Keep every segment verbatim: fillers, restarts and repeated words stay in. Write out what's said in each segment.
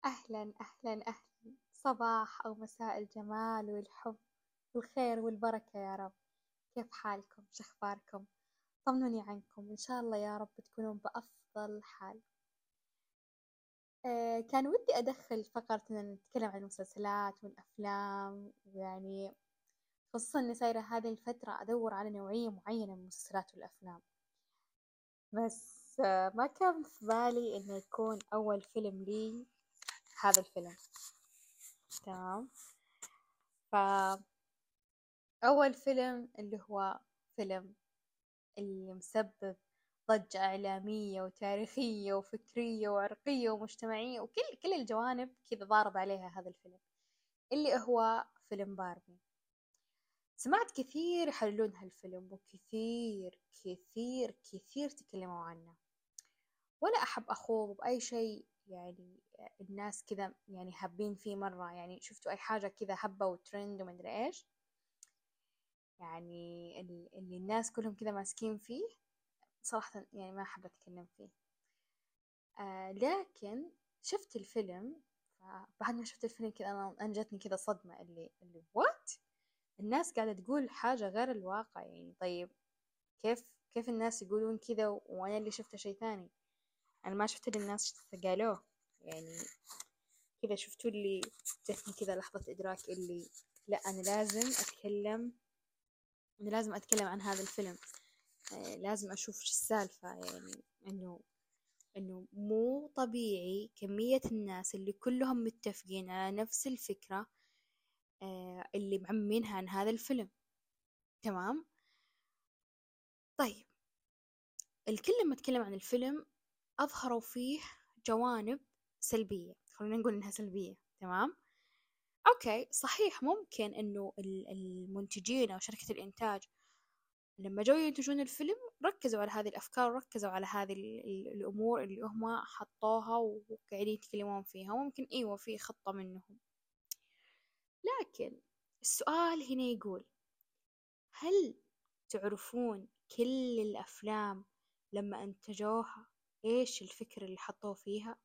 أهلا أهلا أهلا، صباح أو مساء الجمال والحب والخير والبركة يا رب. كيف حالكم؟ شو أخباركم؟ طمنوني عنكم، إن شاء الله يا رب تكونون بأفضل حال. آه كان ودي أدخل فقرة إن نتكلم عن المسلسلات والأفلام، ويعني خصوصا إني صايرة هذه الفترة أدور على نوعية معينة من المسلسلات والأفلام، بس آه ما كان في بالي إنه يكون أول فيلم لي هذا الفيلم. تمام. فأول فيلم اللي هو فيلم اللي مسبب ضجة إعلامية وتاريخية وفكرية وعرقية ومجتمعية وكل كل الجوانب كذا ضارب عليها هذا الفيلم، اللي هو فيلم باربي. سمعت كثير يحللون هالفيلم، وكثير كثير كثير تكلموا عنه، ولا أحب أخوض بأي شيء يعني. الناس كذا يعني هابين فيه مرة، يعني شفتوا أي حاجة كذا هبة وترند ومدري إيش، يعني اللي الناس كلهم كذا ماسكين فيه. صراحة يعني ما أحب أتكلم فيه. آه لكن شفت الفيلم، فبعد ما شفت الفيلم كذا أنا أنا جتني كذا صدمة، اللي اللي وات الناس قاعدة تقول حاجة غير الواقع. يعني طيب، كيف كيف الناس يقولون كذا وأنا اللي شفته شيء ثاني؟ أنا ما شفت اللي الناس قالوه يعني. كذا شفتوا اللي جتني كذا لحظة إدراك، اللي لا أنا لازم أتكلم، أنا لازم أتكلم عن هذا الفيلم. آه لازم أشوف شو السالفة، يعني إنه إنه مو طبيعي كمية الناس اللي كلهم متفقين على نفس الفكرة، آه اللي معمينها عن هذا الفيلم. تمام. طيب، الكل لما اتكلم عن الفيلم أظهروا فيه جوانب سلبية، خلينا نقول إنها سلبية. تمام. أوكي، صحيح ممكن إنه المنتجين أو شركة الإنتاج لما جو ينتجون الفيلم ركزوا على هذه الأفكار، وركزوا على هذه الأمور اللي هم حطوها وقاعدين يتكلمون فيها، وممكن إيوة في خطة منهم. لكن السؤال هنا يقول، هل تعرفون كل الأفلام لما أنتجوها إيش الفكرة اللي حطوه فيها؟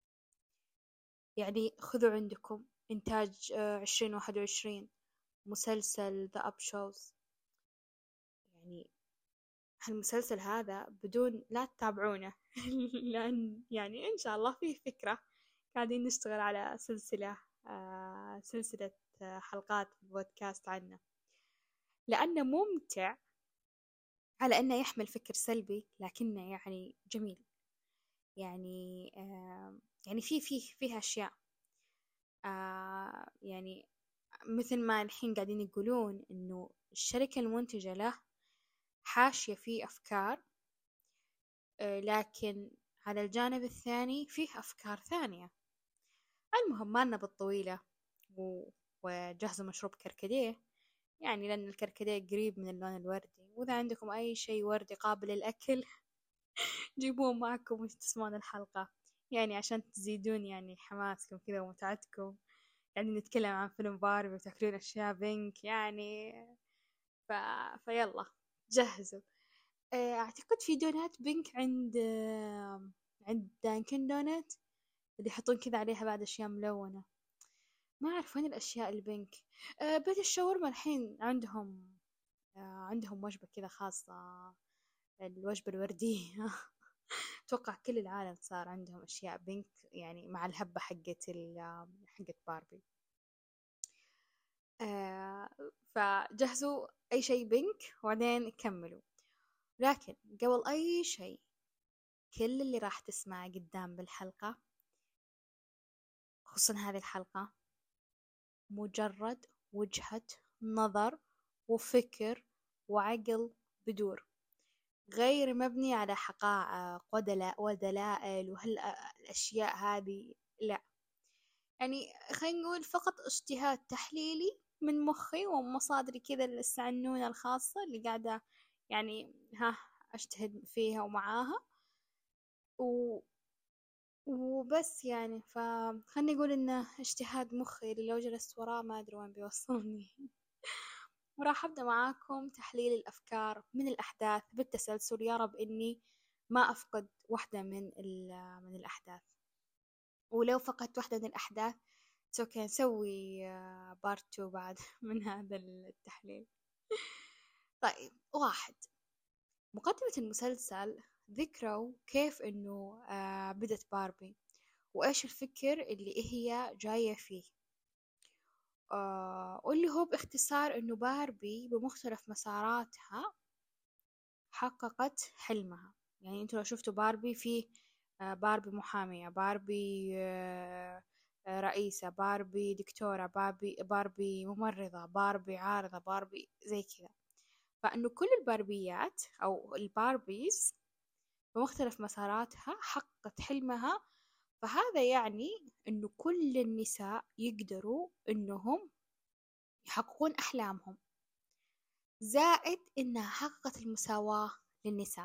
يعني خذوا عندكم إنتاج عشرين واحد وعشرين مسلسل The Upshaws، يعني هالمسلسل هذا بدون لا تتابعونه لأن يعني إن شاء الله فيه فكرة. قاعدين نشتغل على سلسلة آه سلسلة آه حلقات بودكاست عنه، لأنه ممتع على أنه يحمل فكر سلبي لكنه يعني جميل. يعني آه يعني في فيه فيها أشياء آه يعني مثل ما الحين قاعدين يقولون إنه الشركة المنتجة له حاشية فيه أفكار، آه لكن على الجانب الثاني فيه أفكار ثانية. المهم ما لنا بالطويلة، و... وجهزوا مشروب كركديه، يعني لأن الكركديه قريب من اللون الوردي، وإذا عندكم أي شيء وردي قابل للأكل جيبوه معكم وتسمعون الحلقة، يعني عشان تزيدون يعني حماسكم كذا ومتعتكم. يعني نتكلم عن فيلم باربي وتاكلون أشياء بينك يعني. ف... فيلا جهزوا. آه، أعتقد في دونات بينك عند آه، عند دانكن دونات، اللي يحطون كذا عليها بعد أشياء ملونة. ما أعرف وين الأشياء البينك. آه، بيت الشاورما الحين عندهم آه، عندهم وجبة كذا خاصة، الوجبة الوردية أتوقع كل العالم صار عندهم أشياء بينك، يعني مع الهبة حقت ال حقت باربي. آه فجهزوا أي شيء بينك وبعدين كملوا. لكن قبل أي شيء، كل اللي راح تسمعه قدام بالحلقة، خصوصا هذه الحلقة، مجرد وجهة نظر وفكر وعقل بدور، غير مبني على حقائق ودلا ودلائل وهالأشياء هذه. لا، يعني خلينا نقول فقط اجتهاد تحليلي من مخي ومصادري كذا السعنونة الخاصة اللي قاعدة يعني ها أجتهد فيها ومعاها و... وبس. يعني فخلني أقول إنه اجتهاد مخي اللي لو جلست وراه ما أدري وين بيوصلني. وراح أبدأ معاكم تحليل الأفكار من الأحداث بالتسلسل، يا رب إني ما أفقد واحدة من من الأحداث. ولو فقدت واحدة من الأحداث سو كان نسوي بارت تو بعد من هذا التحليل. طيب، واحد، مقدمة المسلسل ذكروا كيف إنه آه بدت باربي وإيش الفكر اللي هي جاية فيه. آه واللي هو باختصار إنه باربي بمختلف مساراتها حققت حلمها. يعني انتوا لو شفتوا باربي في آه باربي محامية، باربي آه آه رئيسة، باربي دكتورة، باربي باربي ممرضة، باربي عارضة، باربي زي كذا. فإنه كل الباربيات أو الباربيز بمختلف مساراتها حققت حلمها. فهذا يعني إنه كل النساء يقدروا إنهم يحققون أحلامهم، زائد إنها حققت المساواة للنساء.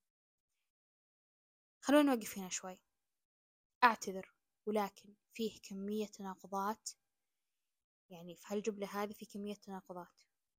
خلونا نوقف هنا شوي. أعتذر، ولكن فيه كمية تناقضات، يعني في هالجملة هذه في كمية تناقضات،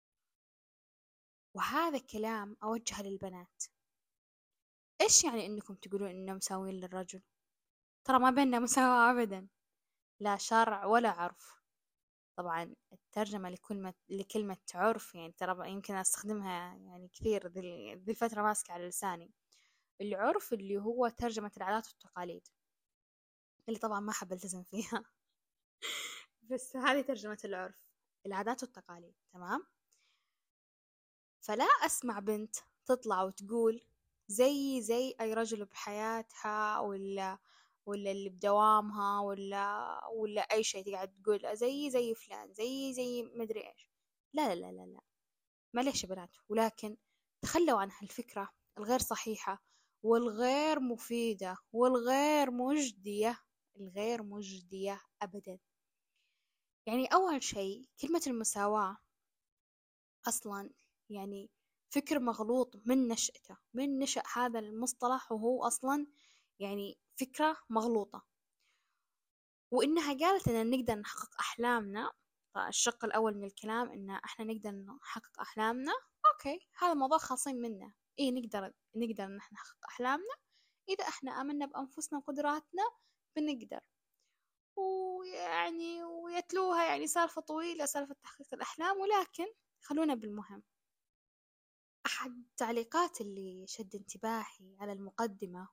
وهذا كلام أوجهه للبنات. إيش يعني إنكم تقولون إنهم مساويين للرجل؟ ترى ما بيننا مساواة أبدا، لا شرع ولا عرف. طبعا الترجمة لكلمة لكلمة عرف يعني ترى يمكن أستخدمها يعني كثير ذي الفترة ماسكة على لساني. العرف اللي هو ترجمة العادات والتقاليد، اللي طبعا ما حب التزم فيها بس هذه ترجمة العرف، العادات والتقاليد، تمام. فلا أسمع بنت تطلع وتقول زي زي أي رجل بحياتها ولا ولا اللي بدوامها ولا ولا أي شيء تقعد تقول زي زي فلان، زي زي مدري إيش. لا لا لا لا معليش يا بنات، ولكن تخلوا عن هالفكرة الغير صحيحة والغير مفيدة والغير مجدية، الغير مجدية أبدا. يعني أول شيء كلمة المساواة أصلا يعني فكر مغلوط من نشأته، من نشأ هذا المصطلح وهو أصلا يعني فكرة مغلوطة. وإنها قالت إن نقدر نحقق أحلامنا، الشق الأول من الكلام إن إحنا نقدر نحقق أحلامنا، أوكي هذا موضوع خاصين منه، إيه نقدر نقدر إن إحنا نحقق أحلامنا إذا إحنا آمنا بأنفسنا وقدراتنا بنقدر. ويعني ويتلوها يعني سالفة طويلة سالفة تحقيق الأحلام، ولكن خلونا بالمهم. أحد التعليقات اللي شد انتباهي على المقدمة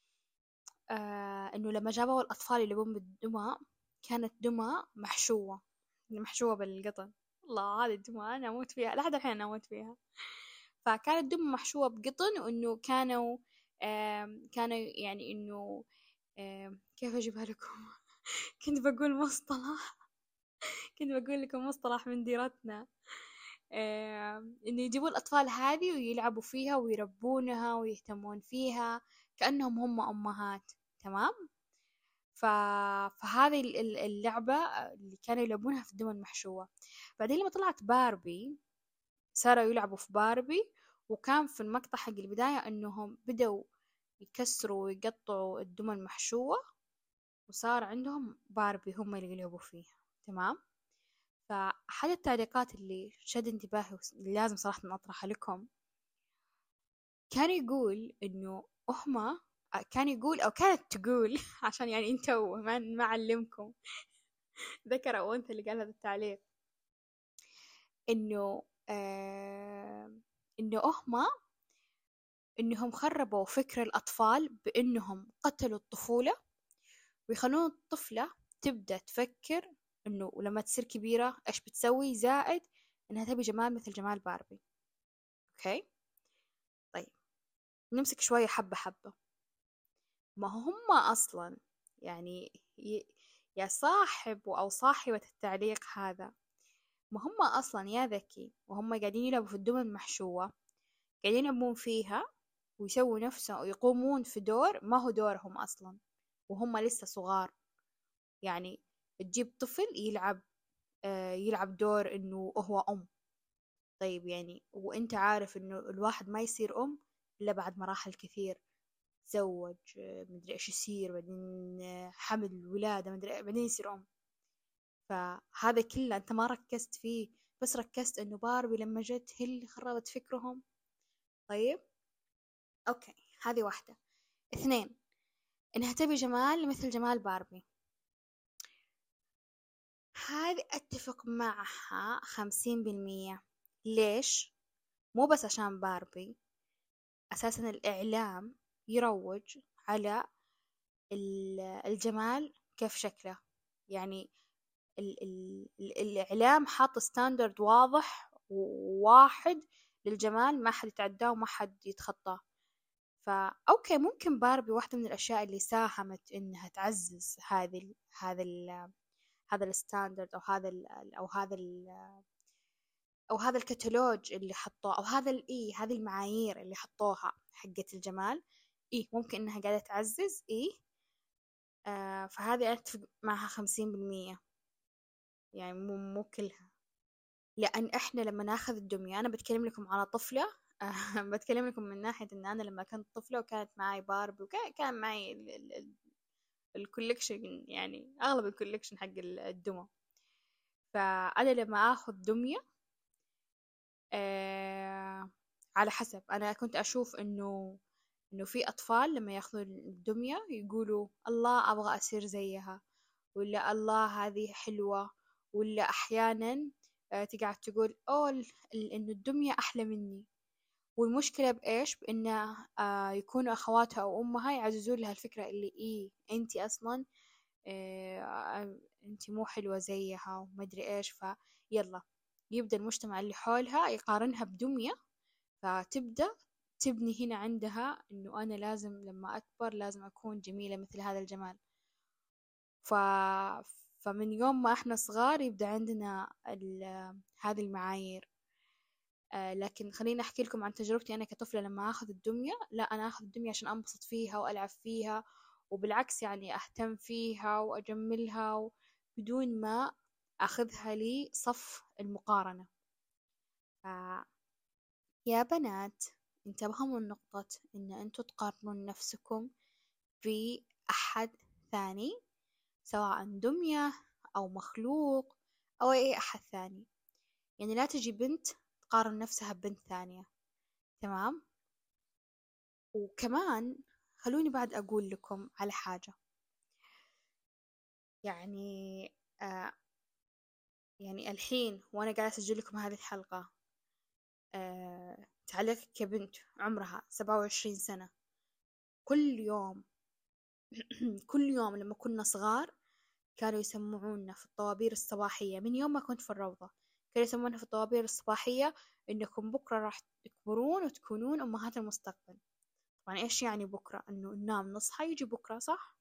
آه إنه لما جابوا الأطفال يلعبون بالدمى كانت دمى محشوة، محشوة بالقطن. الله، هذه الدمى أنا أموت فيها لحد الحين، أنا أموت فيها. فكانت دمى محشوة بقطن، وإنه كانوا آه كانوا يعني إنه آه كيف أجيبها لكم كنت بقول مصطلح كنت بقول لكم مصطلح من ديرتنا، آه إنه يجيبوا الأطفال هذه ويلعبوا فيها ويربونها ويهتمون فيها كأنهم هم أمهات، تمام. ف... فهذه اللعبة اللي كانوا يلعبونها في الدمى المحشوة. بعدين لما طلعت باربي صاروا يلعبوا في باربي، وكان في المقطع حق البداية إنهم بدأوا يكسروا ويقطعوا الدمى المحشوة وصار عندهم باربي هم اللي يلعبوا فيها، تمام. فأحد التعليقات اللي شد انتباهي اللي لازم صراحة نطرحها لكم كان يقول إنه هما كان يقول أو كانت تقول عشان يعني انتوا ما ما علمكم ذكر أو أنثى اللي قال هذا التعليق، إنه آه إنه هما إنهم خربوا فكر الأطفال بإنهم قتلوا الطفولة ويخلون الطفلة تبدأ تفكر إنه ولما تصير كبيرة إيش بتسوي، زائد إنها تبي جمال مثل جمال باربي. أوكي طيب، نمسك شوية حبة حبة. ما هم أصلا يعني يا صاحب أو صاحبة التعليق هذا، ما هم أصلا يا ذكي وهم قاعدين يلعبوا في الدمى المحشوة قاعدين يلعبون فيها ويسووا نفسهم ويقومون في دور ما هو دورهم أصلا وهم لسه صغار. يعني تجيب طفل يلعب آه يلعب دور إنه هو أم. طيب يعني وإنت عارف إنه الواحد ما يصير أم إلا بعد مراحل كثير، تزوج مدري إيش يصير، بعدين حمل ولادة مدري بعدين يصير أم. فهذا كله أنت ما ركزت فيه، بس ركزت إنه باربي لما جت هي اللي خربت فكرهم. طيب أوكي، هذه واحدة. اثنين، إنها تبي جمال مثل جمال باربي. هذه أتفق معها خمسين بالمية. ليش؟ مو بس عشان باربي، أساسا الإعلام يروج على الجمال كيف شكله، يعني ال ال ال الإعلام حاط ستاندرد واضح وواحد للجمال، ما حد يتعداه وما حد يتخطاه. فا أوكي، ممكن باربي واحدة من الأشياء اللي ساهمت إنها تعزز هذه ال هذا ال هذا الستاندرد، أو هذا ال أو هذا ال أو هذا الكتالوج اللي حطوه، أو هذا الإيه هذه المعايير اللي حطوها حقة الجمال. إيه ممكن إنها قاعدة تعزز، إيه آه فهذه أنا أتفق معها خمسين بالمية، يعني مو مو كلها. لأن إحنا لما ناخذ الدمية، أنا بتكلم لكم على طفلة آه بتكلم لكم من ناحية إن أنا لما كنت طفلة وكانت معي باربي وكان كان معي ال ال ال الكوليكشن، يعني أغلب الكوليكشن حق الدمى. فأنا لما آخذ دمية آه على حسب، أنا كنت أشوف إنه إنه في أطفال لما ياخذون الدمية يقولوا الله أبغى أصير زيها، ولا الله هذه حلوة، ولا أحيانا آه تقعد تقول أوه ال- ال- إنه الدمية أحلى مني. والمشكلة بإيش؟ بإنه آه يكونوا أخواتها أو أمها يعززون لها الفكرة اللي إيه أنتي أصلا آه أنتي مو حلوة زيها وما أدري إيش. فيلا يبدأ المجتمع اللي حولها يقارنها بدمية، فتبدأ تبني هنا عندها إنه أنا لازم لما أكبر لازم أكون جميلة مثل هذا الجمال. ف... فمن يوم ما إحنا صغار يبدأ عندنا ال... هذه المعايير. آه لكن خليني أحكي لكم عن تجربتي أنا كطفلة لما أخذ الدمية. لا، أنا أخذ الدمية عشان أنبسط فيها وألعب فيها، وبالعكس يعني أهتم فيها وأجملها و... بدون ما أخذها لي صف المقارنة. ف... يا بنات، انتبهوا من نقطة إن أنتوا تقارنون نفسكم في أحد ثاني، سواء دمية أو مخلوق أو أي أحد ثاني. يعني لا تجي بنت تقارن نفسها ببنت ثانية، تمام؟ وكمان خلوني بعد أقول لكم على حاجة. يعني آه يعني الحين وأنا قاعدة أسجل لكم هذه الحلقة، آه تعلق كبنت عمرها سبعة وعشرين سنة، كل يوم كل يوم لما كنا صغار كانوا يسمعونا في الطوابير الصباحية. من يوم ما كنت في الروضة كانوا يسمعونا في الطوابير الصباحية إنكم بكرة راح تكبرون وتكونون أمهات المستقبل. طبعا إيش يعني بكرة؟ إنه ننام نصحى يجي بكرة، صح؟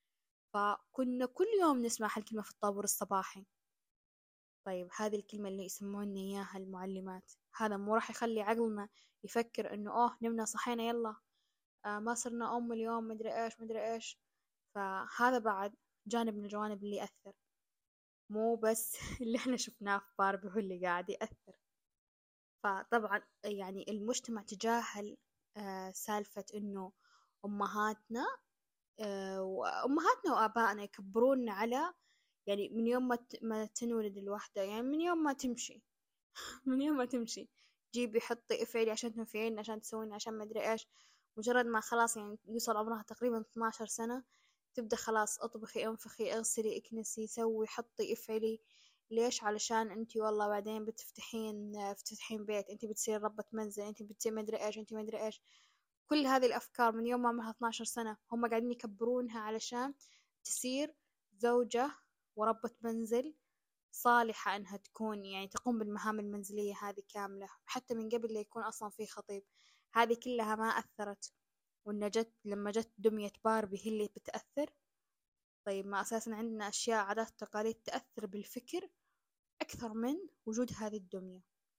فكنا كل يوم نسمع هالكلمة في الطابور الصباحي. طيب هذه الكلمة اللي يسمعونا إياها المعلمات، هذا مو راح يخلي عقلنا يفكر إنه أوه نمنا صحينا يلا آه ما صرنا أم اليوم مدري إيش مدري إيش. فهذا بعد جانب من الجوانب اللي يأثر، مو بس اللي احنا شفناه في باربي هو اللي قاعد يأثر. فطبعا يعني المجتمع تجاهل آه سالفة إنه أمهاتنا آه وأمهاتنا وآبائنا يكبرونا على، يعني من يوم ما ت- ما تنولد الوحدة، يعني من يوم ما تمشي من يوم ما تمشي جيبي حطي افعلي عشان تنفعين عشان تسوين عشان ما ادري ايش. مجرد ما خلاص يعني يوصل عمرها تقريبا اثنا عشر سنة تبدأ خلاص اطبخي انفخي اغسلي اكنسي سوي حطي افعلي. ليش؟ علشان انتي والله بعدين بتفتحين بتفتحين بيت، انتي بتصير ربة منزل، انتي بتصير ما ادري ايش انتي ما ادري ايش. كل هذه الافكار من يوم ما عمرها اثنا عشر سنة هم قاعدين يكبرونها علشان تصير زوجة وربة منزل صالحة إنها تكون يعني تقوم بالمهام المنزلية هذه كاملة، حتى من قبل لا يكون أصلا في خطيب. هذه كلها ما أثرت، وإن جت لما جت دمية باربي هي اللي بتأثر. طيب ما أساسا عندنا أشياء عادات وتقاليد تأثر بالفكر أكثر من وجود هذه الدمية،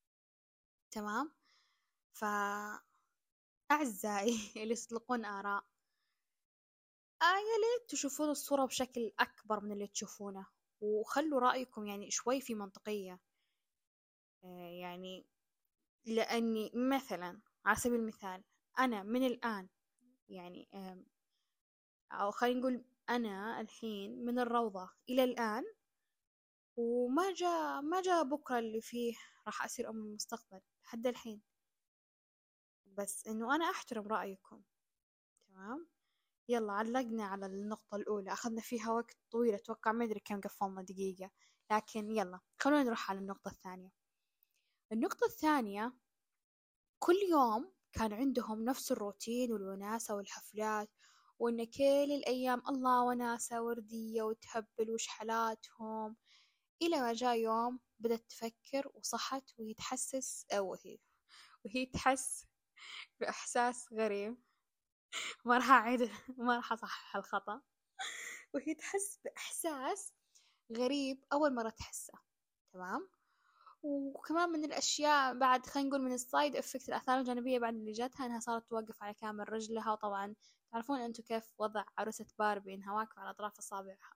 تمام؟ فأعزائي اللي تطلقون آراء، آه يا ليت تشوفون الصورة بشكل أكبر من اللي تشوفونه، وخلوا رأيكم يعني شوي في منطقية. آه يعني لأني مثلا على سبيل المثال أنا من الآن يعني آم، أو خلينا نقول أنا الحين من الروضة إلى الآن، وما جاء ما جاء بكرة اللي فيه راح أصير أم المستقبل لحد الحين. بس إنه أنا أحترم رأيكم، تمام؟ يلا علقنا على النقطة الأولى، أخذنا فيها وقت طويل، أتوقع ما أدري كم قفلنا دقيقة، لكن يلا خلونا نروح على النقطة الثانية. النقطة الثانية، كل يوم كان عندهم نفس الروتين والوناسة والحفلات، وإن كل الأيام الله وناسة وردية وتهبل وشحلاتهم، إلى ما جاء يوم بدأت تفكر وصحت وهي تحسس أو وهي وهي تحس بإحساس غريب. ما راح أعيد، ما راح أصحح الخطأ. وهي تحس بإحساس غريب أول مرة تحسه. تمام. وكمان من الأشياء بعد، خلينا نقول من السايد افكت، الآثار الجانبية بعد اللي جاتها، إنها صارت توقف على كامل رجلها. وطبعا تعرفون أنتم كيف وضع عروسة باربي، إنها واقفة على أطراف أصابعها.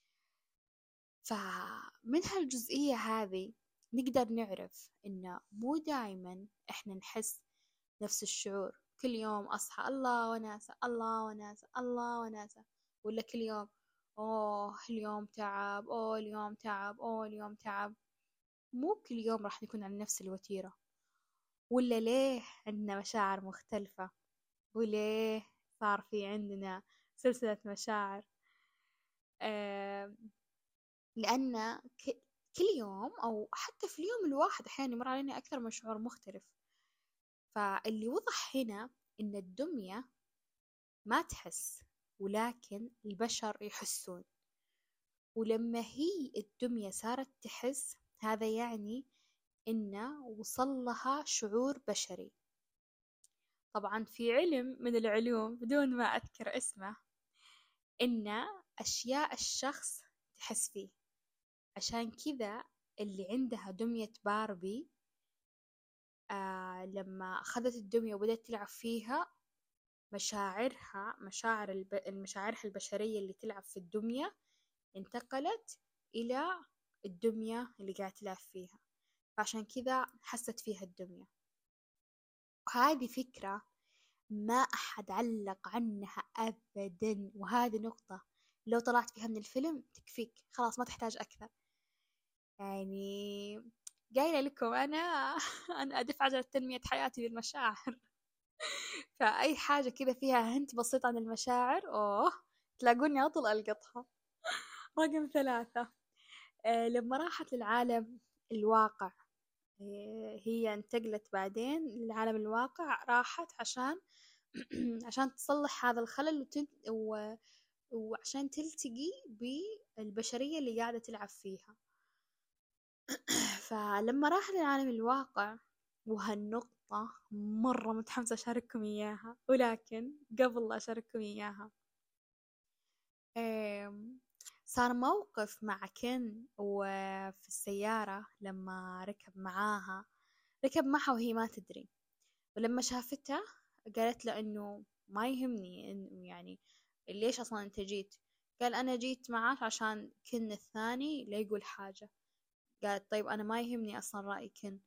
فمن هالجزئية هذه نقدر نعرف إنه مو دائما إحنا نحس نفس الشعور. كل يوم أصحى الله وناسة الله وناسة الله وناسة، ولا كل يوم أوه اليوم تعب، أوه اليوم تعب، أوه اليوم تعب. مو كل يوم راح نكون على نفس الوتيرة. ولا ليه عندنا مشاعر مختلفة، وليه صار في عندنا سلسلة مشاعر. آه لأن ك- كل يوم أو حتى في اليوم الواحد أحيانا يمر علينا أكثر من شعور مختلف. فاللي وضح هنا إن الدمية ما تحس، ولكن البشر يحسون. ولما هي الدمية صارت تحس، هذا يعني إنه وصل لها شعور بشري. طبعا في علم من العلوم بدون ما أذكر اسمه، إن أشياء الشخص تحس فيه. عشان كذا اللي عندها دمية باربي، آه لما أخذت الدمية وبدأت تلعب فيها، مشاعرها مشاعر الب... المشاعرها البشرية اللي تلعب في الدمية انتقلت إلى الدمية اللي قاعد تلعب فيها. فعشان كذا حست فيها الدمية. وهذه فكرة ما أحد علق عنها أبدا، وهذه نقطة لو طلعت فيها من الفيلم تكفيك، خلاص ما تحتاج أكثر. يعني قايلة لكم أنا أنا أدف عجلة تنمية حياتي بالمشاعر. فأي حاجة كذا فيها هنت بسيط عن المشاعر، أوه تلاقوني على طول ألقطها. رقم ثلاثة، آه لما راحت للعالم الواقع، آه هي انتقلت بعدين للعالم الواقع، راحت عشان عشان تصلح هذا الخلل وتل... و... وعشان تلتقي بالبشرية اللي قاعدة تلعب فيها. فلما راح للعالم الواقع، وهالنقطة مرة متحمسة أشارككم إياها، ولكن قبل لا أشارككم إياها، صار موقف مع كن وفي السيارة لما ركب معاها ركب معها وهي ما تدري. ولما شافتها قالت له إنه ما يهمني إنه يعني ليش أصلا أنت جيت. قال أنا جيت معاك عشان كن الثاني لا يقول حاجة. قالت طيب أنا ما يهمني أصلا رأي كن.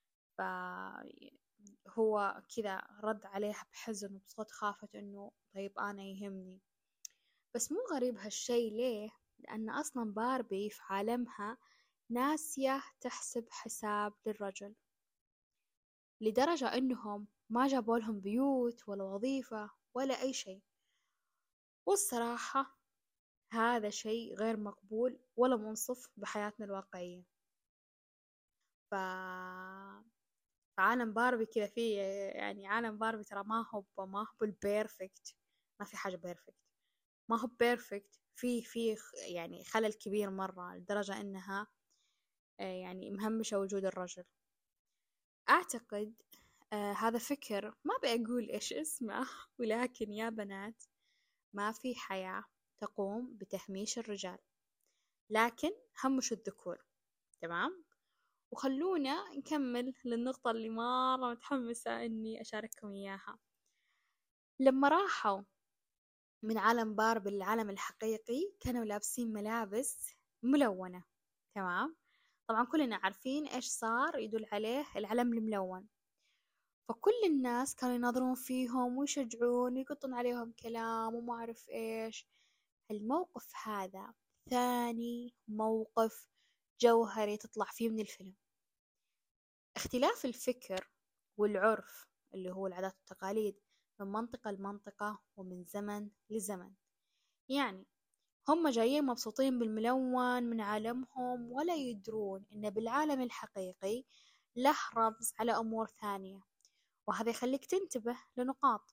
فهو كذا رد عليها بحزن وبصوت خافت إنه طيب أنا يهمني. بس مو غريب هالشي ليه؟ لأن أصلا باربي في عالمها ناسية تحسب حساب للرجل، لدرجة إنهم ما جابوا لهم بيوت ولا وظيفة ولا أي شيء. والصراحة هذا شيء غير مقبول ولا منصف بحياتنا الواقعية. ف... فعالم باربي كذا فيه، يعني عالم باربي ترى ما هو ما هو بالبيرفكت. ما في حاجة بيرفكت، ما هو بيرفكت. في في يعني خلل كبير مرة لدرجة إنها يعني مهمشة وجود الرجل. أعتقد آه هذا فكر ما بأقول إيش اسمه، ولكن يا بنات ما في حياة تقوم بتهميش الرجال، لكن همش الذكور. تمام. وخلونا نكمل للنقطة اللي مرة متحمسة إني أشارككم إياها. لما راحوا من عالم باربي للعالم الحقيقي، كانوا لابسين ملابس ملونة. تمام. طبعا كلنا عارفين إيش صار يدل عليه العلم الملون. فكل الناس كانوا يناظرون فيهم ويشجعون ويقطون عليهم كلام وما أعرف إيش. الموقف هذا ثاني موقف جوهري تطلع فيه من الفيلم. اختلاف الفكر والعرف اللي هو العادات والتقاليد من منطقة لمنطقة ومن زمن لزمن. يعني هم جايين مبسوطين بالملون من عالمهم، ولا يدرون إن بالعالم الحقيقي له رمز على أمور ثانية. وهذا يخليك تنتبه لنقاط.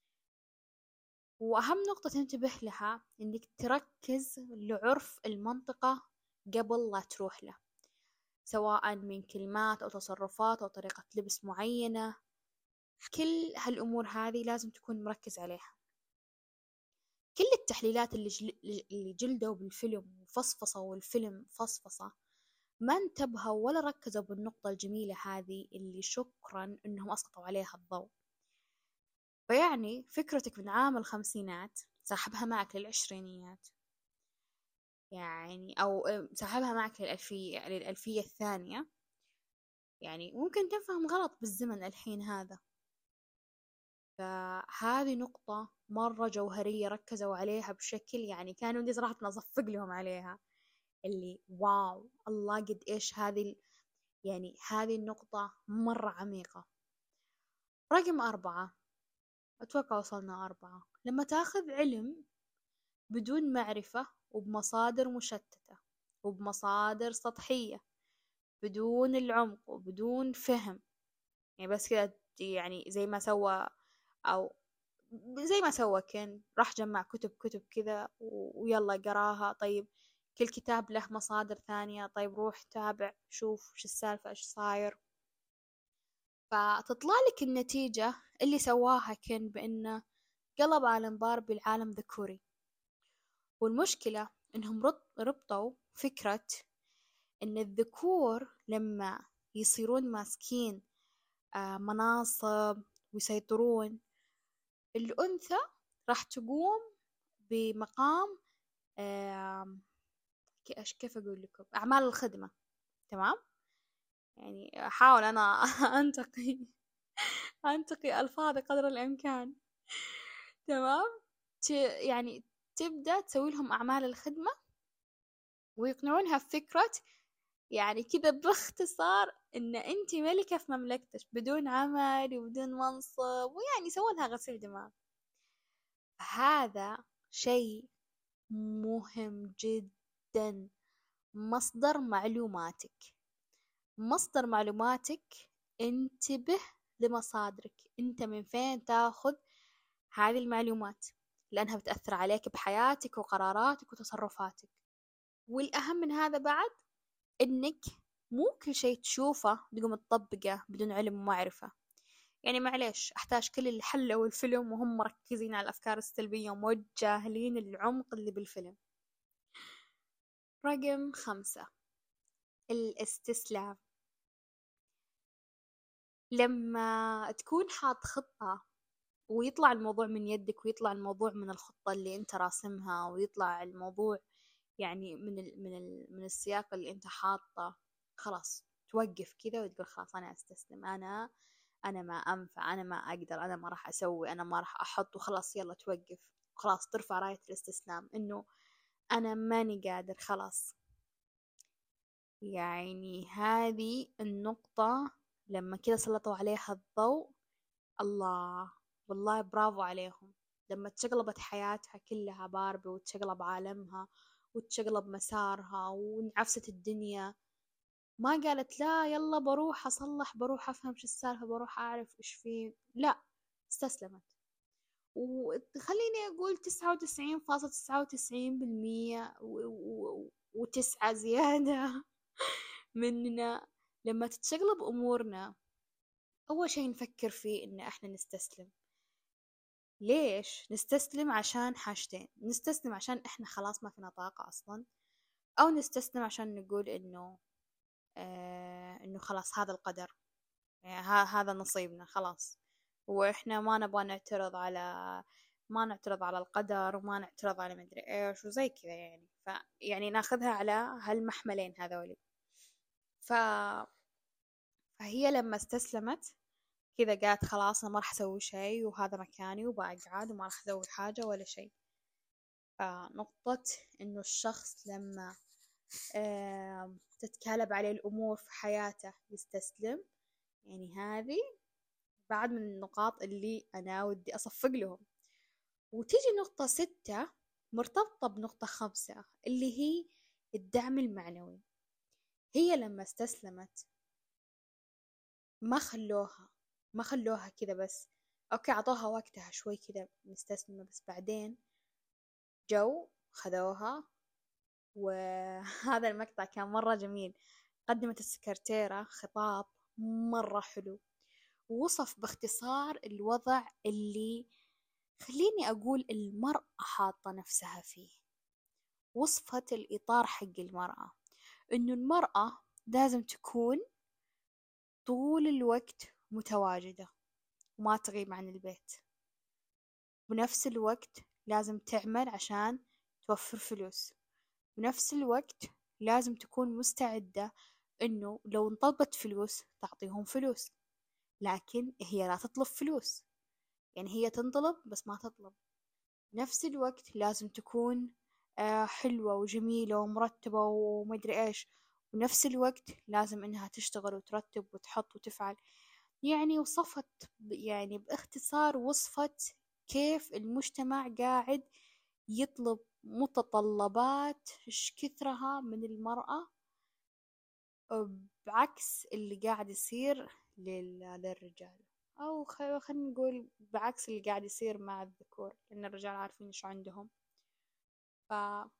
وأهم نقطة تنتبه لها إنك تركز لعرف المنطقة قبل لا تروح له، سواء من كلمات أو تصرفات أو طريقة لبس معينة. كل هالأمور هذه لازم تكون مركز عليها. كل التحليلات اللي, جل... اللي جلدوا بالفيلم وفصفصوا الفيلم فصفصة ما انتبهوا ولا ركزوا بالنقطة الجميلة هذه اللي شكرا إنهم أسقطوا عليها الضوء. فيعني فكرتك من عام الخمسينات ساحبها معك للعشرينيات، يعني أو ساحبها معك للألفية للألفية الثانية، يعني ممكن تفهم غلط بالزمن الحين هذا. فهذه نقطة مرة جوهرية ركزوا عليها بشكل يعني كانوا ودي صراحة نصفق لهم عليها، اللي واو الله قد إيش هذه، يعني هذه النقطة مرة عميقة. رقم أربعة، أتوقع وصلنا أربعة، لما تاخذ علم بدون معرفة وبمصادر مشتتة وبمصادر سطحية بدون العمق وبدون فهم، يعني بس كذا، يعني زي ما سوى أو زي ما سوى كان راح جمع كتب كتب كذا ويلا قراها. طيب كل كتاب له مصادر ثانية، طيب روح تابع شوف شو السالفة ايش صاير، فتطلع لك النتيجة اللي سواها كان بأنه قلب عالم باربي العالم ذكوري. والمشكلة إنهم ربطوا فكرة إن الذكور لما يصيرون ماسكين مناصب ويسيطرون، الأنثى راح تقوم بمقام كيف أقول لكم أعمال الخدمة. تمام، يعني أحاول أنا أنتقي أنتقي ألفاظي قدر الإمكان. تمام، يعني تبدأ تسوي لهم أعمال الخدمة ويقنعونها بفكرة يعني كذا باختصار إن أنت ملكة في مملكتك بدون عمل وبدون منصب، ويعني سووا لها غسيل دماغ. هذا شيء مهم جدا. مصدر معلوماتك مصدر معلوماتك انتبه لمصادرك، انت من فين تاخذ هذه المعلومات، لأنها بتأثر عليك بحياتك وقراراتك وتصرفاتك. والأهم من هذا بعد إنك مو كل شيء تشوفه تقوم تطبقه بدون علم ومعرفة. يعني معليش أحتاج كل اللي حلوا الفيلم وهم مركزين على الأفكار السلبية وموجهين العمق اللي بالفيلم. رقم خمسة، الاستسلام. لما تكون حاط خطة ويطلع الموضوع من يدك ويطلع الموضوع من الخطة اللي انت راسمها ويطلع الموضوع يعني من ال من ال من السياق اللي انت حاطه، خلاص توقف كذا وتقول خلاص انا استسلم، انا انا ما انفع، انا ما اقدر، انا ما راح اسوي، انا ما راح احط، وخلاص يلا توقف. خلاص ترفع راية الاستسلام انه انا ماني قادر خلاص. يعني هذه النقطة لما كذا سلطوا عليها الضوء، الله والله برافو عليهم. لما تشقلبت حياتها كلها باربي وتشقلب عالمها وتشقلب مسارها وانعفست الدنيا، ما قالت لا يلا بروح أصلح، بروح أفهم شو السالفة، بروح أعرف إيش فيه، لا، استسلمت. وخليني أقول تسعة وتسعين فاصلة تسعة وتسعين بالمية وتسعة زيادة مننا لما تتشقلب أمورنا أول شيء نفكر فيه إن إحنا نستسلم. ليش نستسلم؟ عشان حاجتين، نستسلم عشان إحنا خلاص ما فينا طاقة أصلا، أو نستسلم عشان نقول إنه آه إنه خلاص هذا القدر، يعني هذا نصيبنا خلاص، وإحنا ما نبغى نعترض على ما نعترض على القدر وما نعترض على مدري إيش وزي كذا، يعني فيعني ناخذها على هالمحملين هذولي. ف... فهي لما استسلمت كذا قالت خلاص أنا ما راح أسوي شيء وهذا مكاني وبقعد وما راح أسوي حاجة ولا شيء. فنقطة إنه الشخص لما آه تتكالب عليه الأمور في حياته يستسلم، يعني هذه بعد من النقاط اللي أنا ودي أصفق لهم. وتيجي نقطة ستة مرتبطة بنقطة خمسة اللي هي الدعم المعنوي. هي لما استسلمت ما خلوها ما خلوها كذا بس، أوكي عطوها وقتها شوي كذا مستسلمة، بس بعدين جو خذوها. وهذا المقطع كان مرة جميل. قدمت السكرتيرة خطاب مرة حلو، ووصف باختصار الوضع اللي خليني أقول المرأة حاطة نفسها فيه. وصفت الإطار حق المرأة، إنه المرأة لازم تكون طول الوقت متواجدة وما تغيب عن البيت، بنفس الوقت لازم تعمل عشان توفر فلوس، بنفس الوقت لازم تكون مستعدة إنه لو انطلبت فلوس تعطيهم فلوس، لكن هي لا تطلب فلوس، يعني هي تنطلب بس ما تطلب. نفس الوقت لازم تكون آه، حلوة وجميلة ومرتبة ومدري إيش، ونفس الوقت لازم إنها تشتغل وترتب وتحط وتفعل. يعني وصفت يعني باختصار وصفت كيف المجتمع قاعد يطلب متطلبات إيش كثرها من المرأة، بعكس اللي قاعد يصير للرجال، أو خلينا نقول بعكس اللي قاعد يصير مع الذكور، لأن الرجال عارفين إيش عندهم. ف...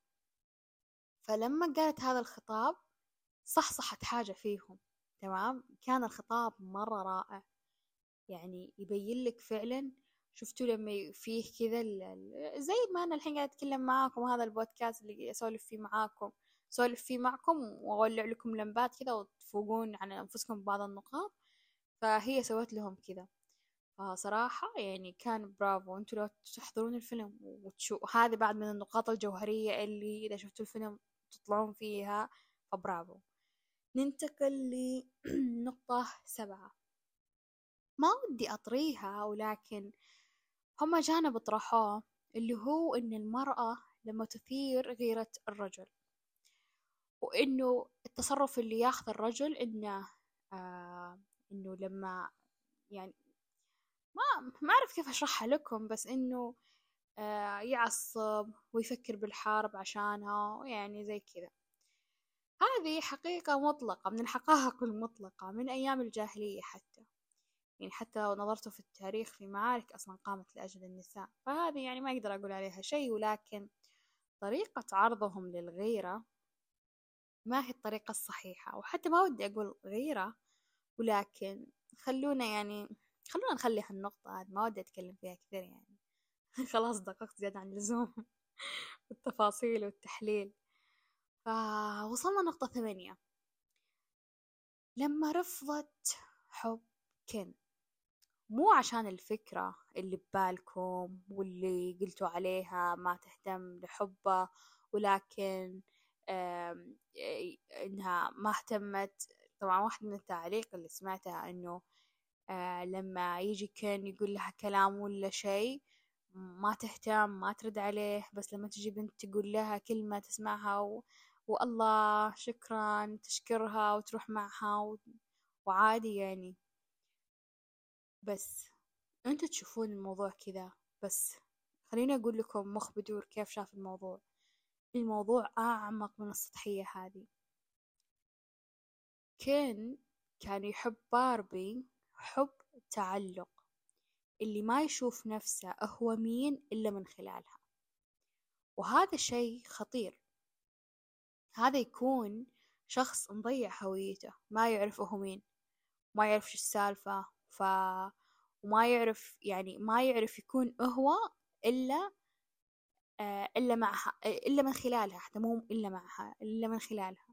فلما قالت هذا الخطاب صحصحت حاجة فيهم. تمام، كان الخطاب مرة رائع، يعني يبين لك فعلا. شفتوا لما فيه كذا زي ما أنا الحين قاعد أتكلم معاكم، هذا البودكاست اللي أسولف فيه معاكم أسولف فيه معكم وأولع لكم لمبات كذا وتفوقون على أنفسكم ببعض النقاط، فهي سوت لهم كذا. فصراحة يعني كان برافو. انتوا لو تحضرون الفيلم وتشوفوا هذه بعد من النقاط الجوهرية اللي إذا شفتوا الفيلم تطلعون فيها، فبرافو. ننتقل لنقطة سبعة، ما ودي أطريها ولكن هم جانب طرحوه، اللي هو إن المرأة لما تثير غيرة الرجل، وإنه التصرف اللي ياخذ الرجل إنه آه إنه لما يعني ما ما أعرف كيف أشرحها لكم، بس إنه آه يعصب ويفكر بالحرب عشانها، يعني زي كذا. هذه حقيقة مطلقة من الحقائق المطلقة من أيام الجاهلية حتى، يعني حتى لو نظرتوا في التاريخ في معارك أصلا قامت لأجل النساء، فهذه يعني ما أقدر أقول عليها شيء. ولكن طريقة عرضهم للغيرة ما هي الطريقة الصحيحة، وحتى ما ودي أقول غيرة، ولكن خلونا يعني خلونا نخلي هالنقطة هذه، ما ودي أتكلم فيها كثير يعني خلاص دققت زيادة عن اللزوم التفاصيل والتحليل. فوصلنا نقطة ثمانية، لما رفضت حب كين، مو عشان الفكرة اللي ببالكم واللي قلتوا عليها ما تهتم لحبه، ولكن إنها ما اهتمت. طبعا واحد من التعليق اللي سمعتها إنه آه لما يجي كين يقول لها كلام ولا شيء ما تهتم ما ترد عليه، بس لما تجي بنت تقول لها كلمة تسمعها و... والله شكرا تشكرها وتروح معها و... وعادي يعني. بس انتوا تشوفون الموضوع كذا، بس خليني أقول لكم مخ بدور كيف شاف الموضوع. الموضوع أعمق من السطحية هذه. كين كان يحب باربي حب تعلق، اللي ما يشوف نفسه هو مين إلا من خلالها، وهذا شيء خطير. هذا يكون شخص مضيع هويته، ما يعرف هو مين، ما يعرف شو السالفة، ف وما يعرف يعني ما يعرف يكون هو إلا آه إلا معها، إلا من خلالها، حتى مو إلا معها إلا من خلالها.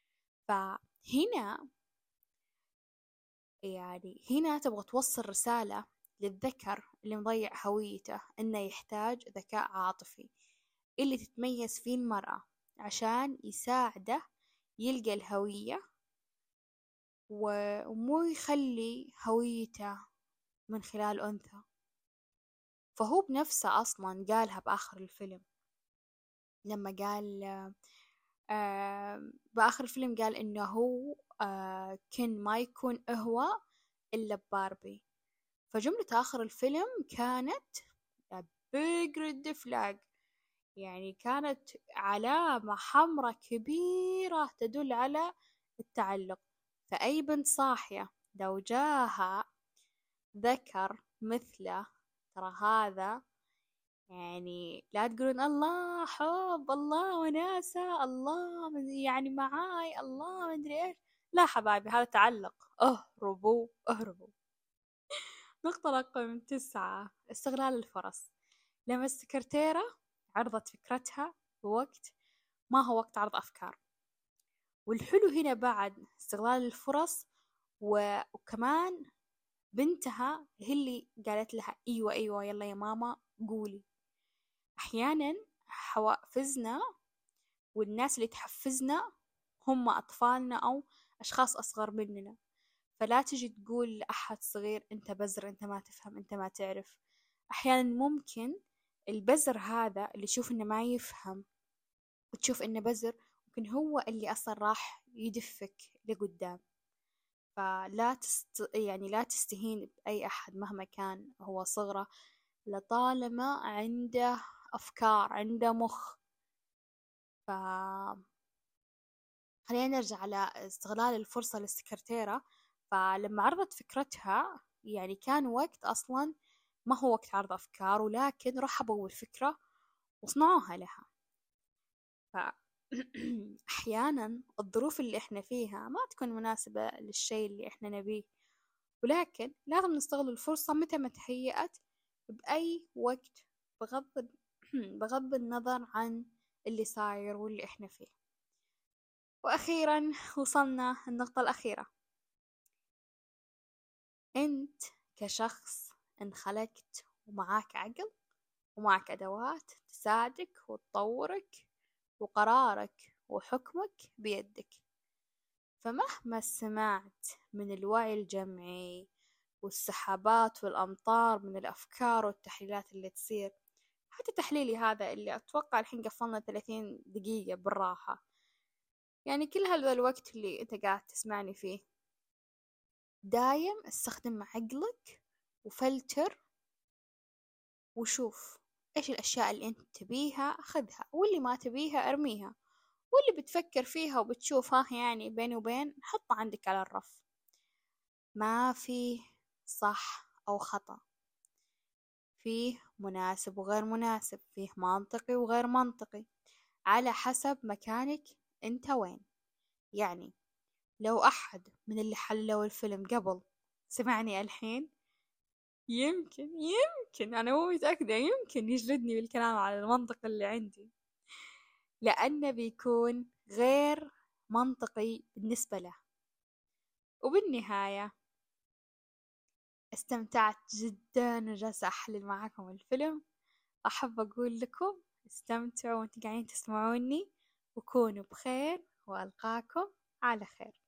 فهنا يعني هنا تبغى توصل رسالة للذكر اللي مضيع هويته إنه يحتاج ذكاء عاطفي اللي تتميز فيه المرأة عشان يساعده يلقى الهوية، ومو يخلي هويته من خلال أنثى. فهو بنفسه أصلا قالها بآخر الفيلم، لما قال آه بآخر الفيلم قال إنه هو آه كان ما يكون هو إلا بباربي. فجملة آخر الفيلم كانت a big red flag، يعني كانت علامة حمراء كبيرة تدل على التعلق. فأي بنت صاحية لو جاها ذكر مثله، ترى هذا يعني لا تقولون الله حب، الله وناسة، الله يعني معاي، الله مدري ايش. لا حبايبي، هذا تعلق. اهربوا اهربوا. نقطة رقم تسعة، استغلال الفرص. لما السكرتيرة عرضت فكرتها بوقت ما هو وقت عرض أفكار. والحلو هنا بعد استغلال الفرص، وكمان بنتها هي اللي قالت لها أيوة أيوة يلا يا ماما قولي. أحيانا حوافزنا والناس اللي تحفزنا هم أطفالنا أو أشخاص أصغر مننا. فلا تجي تقول لأحد صغير أنت بزر، أنت ما تفهم، أنت ما تعرف. أحيانا ممكن البزر هذا اللي يشوف إنه ما يفهم وتشوف إنه بزر، ممكن هو اللي أصلا راح يدفك لقدام. فلا تست... يعني لا تستهين بأي أحد مهما كان هو صغره، لطالما عنده أفكار، عنده مخ. ف خلينا نرجع على استغلال الفرصة للسكرتيرة. فلما عرضت فكرتها يعني كان وقت أصلا ما هو وقت عرض أفكار، ولكن رحبوا بالفكرة وصنعوها لها. ف أحيانا الظروف اللي إحنا فيها ما تكون مناسبة للشيء اللي إحنا نبيه، ولكن لازم نستغل الفرصة متى ما تهيأت بأي وقت، بغض بغض النظر عن اللي صاير واللي إحنا فيه. وأخيرا وصلنا النقطة الأخيرة. أنت كشخص انخلقت ومعاك عقل ومعك أدوات تساعدك وتطورك، وقرارك وحكمك بيدك. فمهما سمعت من الوعي الجمعي والسحابات والأمطار من الأفكار والتحليلات اللي تصير، حتى تحليلي هذا اللي أتوقع الحين قفلنا ثلاثين دقيقة بالراحة، يعني كل هذا الوقت اللي أنت قاعد تسمعني فيه، دايم استخدم عقلك وفلتر وشوف إيش الأشياء اللي أنت تبيها خذها، واللي ما تبيها أرميها، واللي بتفكر فيها وبتشوفها يعني بيني وبين حطها عندك على الرف. ما فيه صح أو خطأ، فيه مناسب وغير مناسب، فيه منطقي وغير منطقي، على حسب مكانك أنت وين. يعني لو أحد من اللي حلوا الفيلم قبل سمعني الحين، يمكن يمكن أنا مو متأكدة يمكن يجلدني بالكلام على المنطق اللي عندي، لأنه بيكون غير منطقي بالنسبة له. وبالنهاية استمتعت جدا وجالسة أحلل معاكم الفيلم. أحب أقول لكم استمتعوا وانتوا قاعدين تسمعوني، وكونوا بخير، وألقاكم على خير.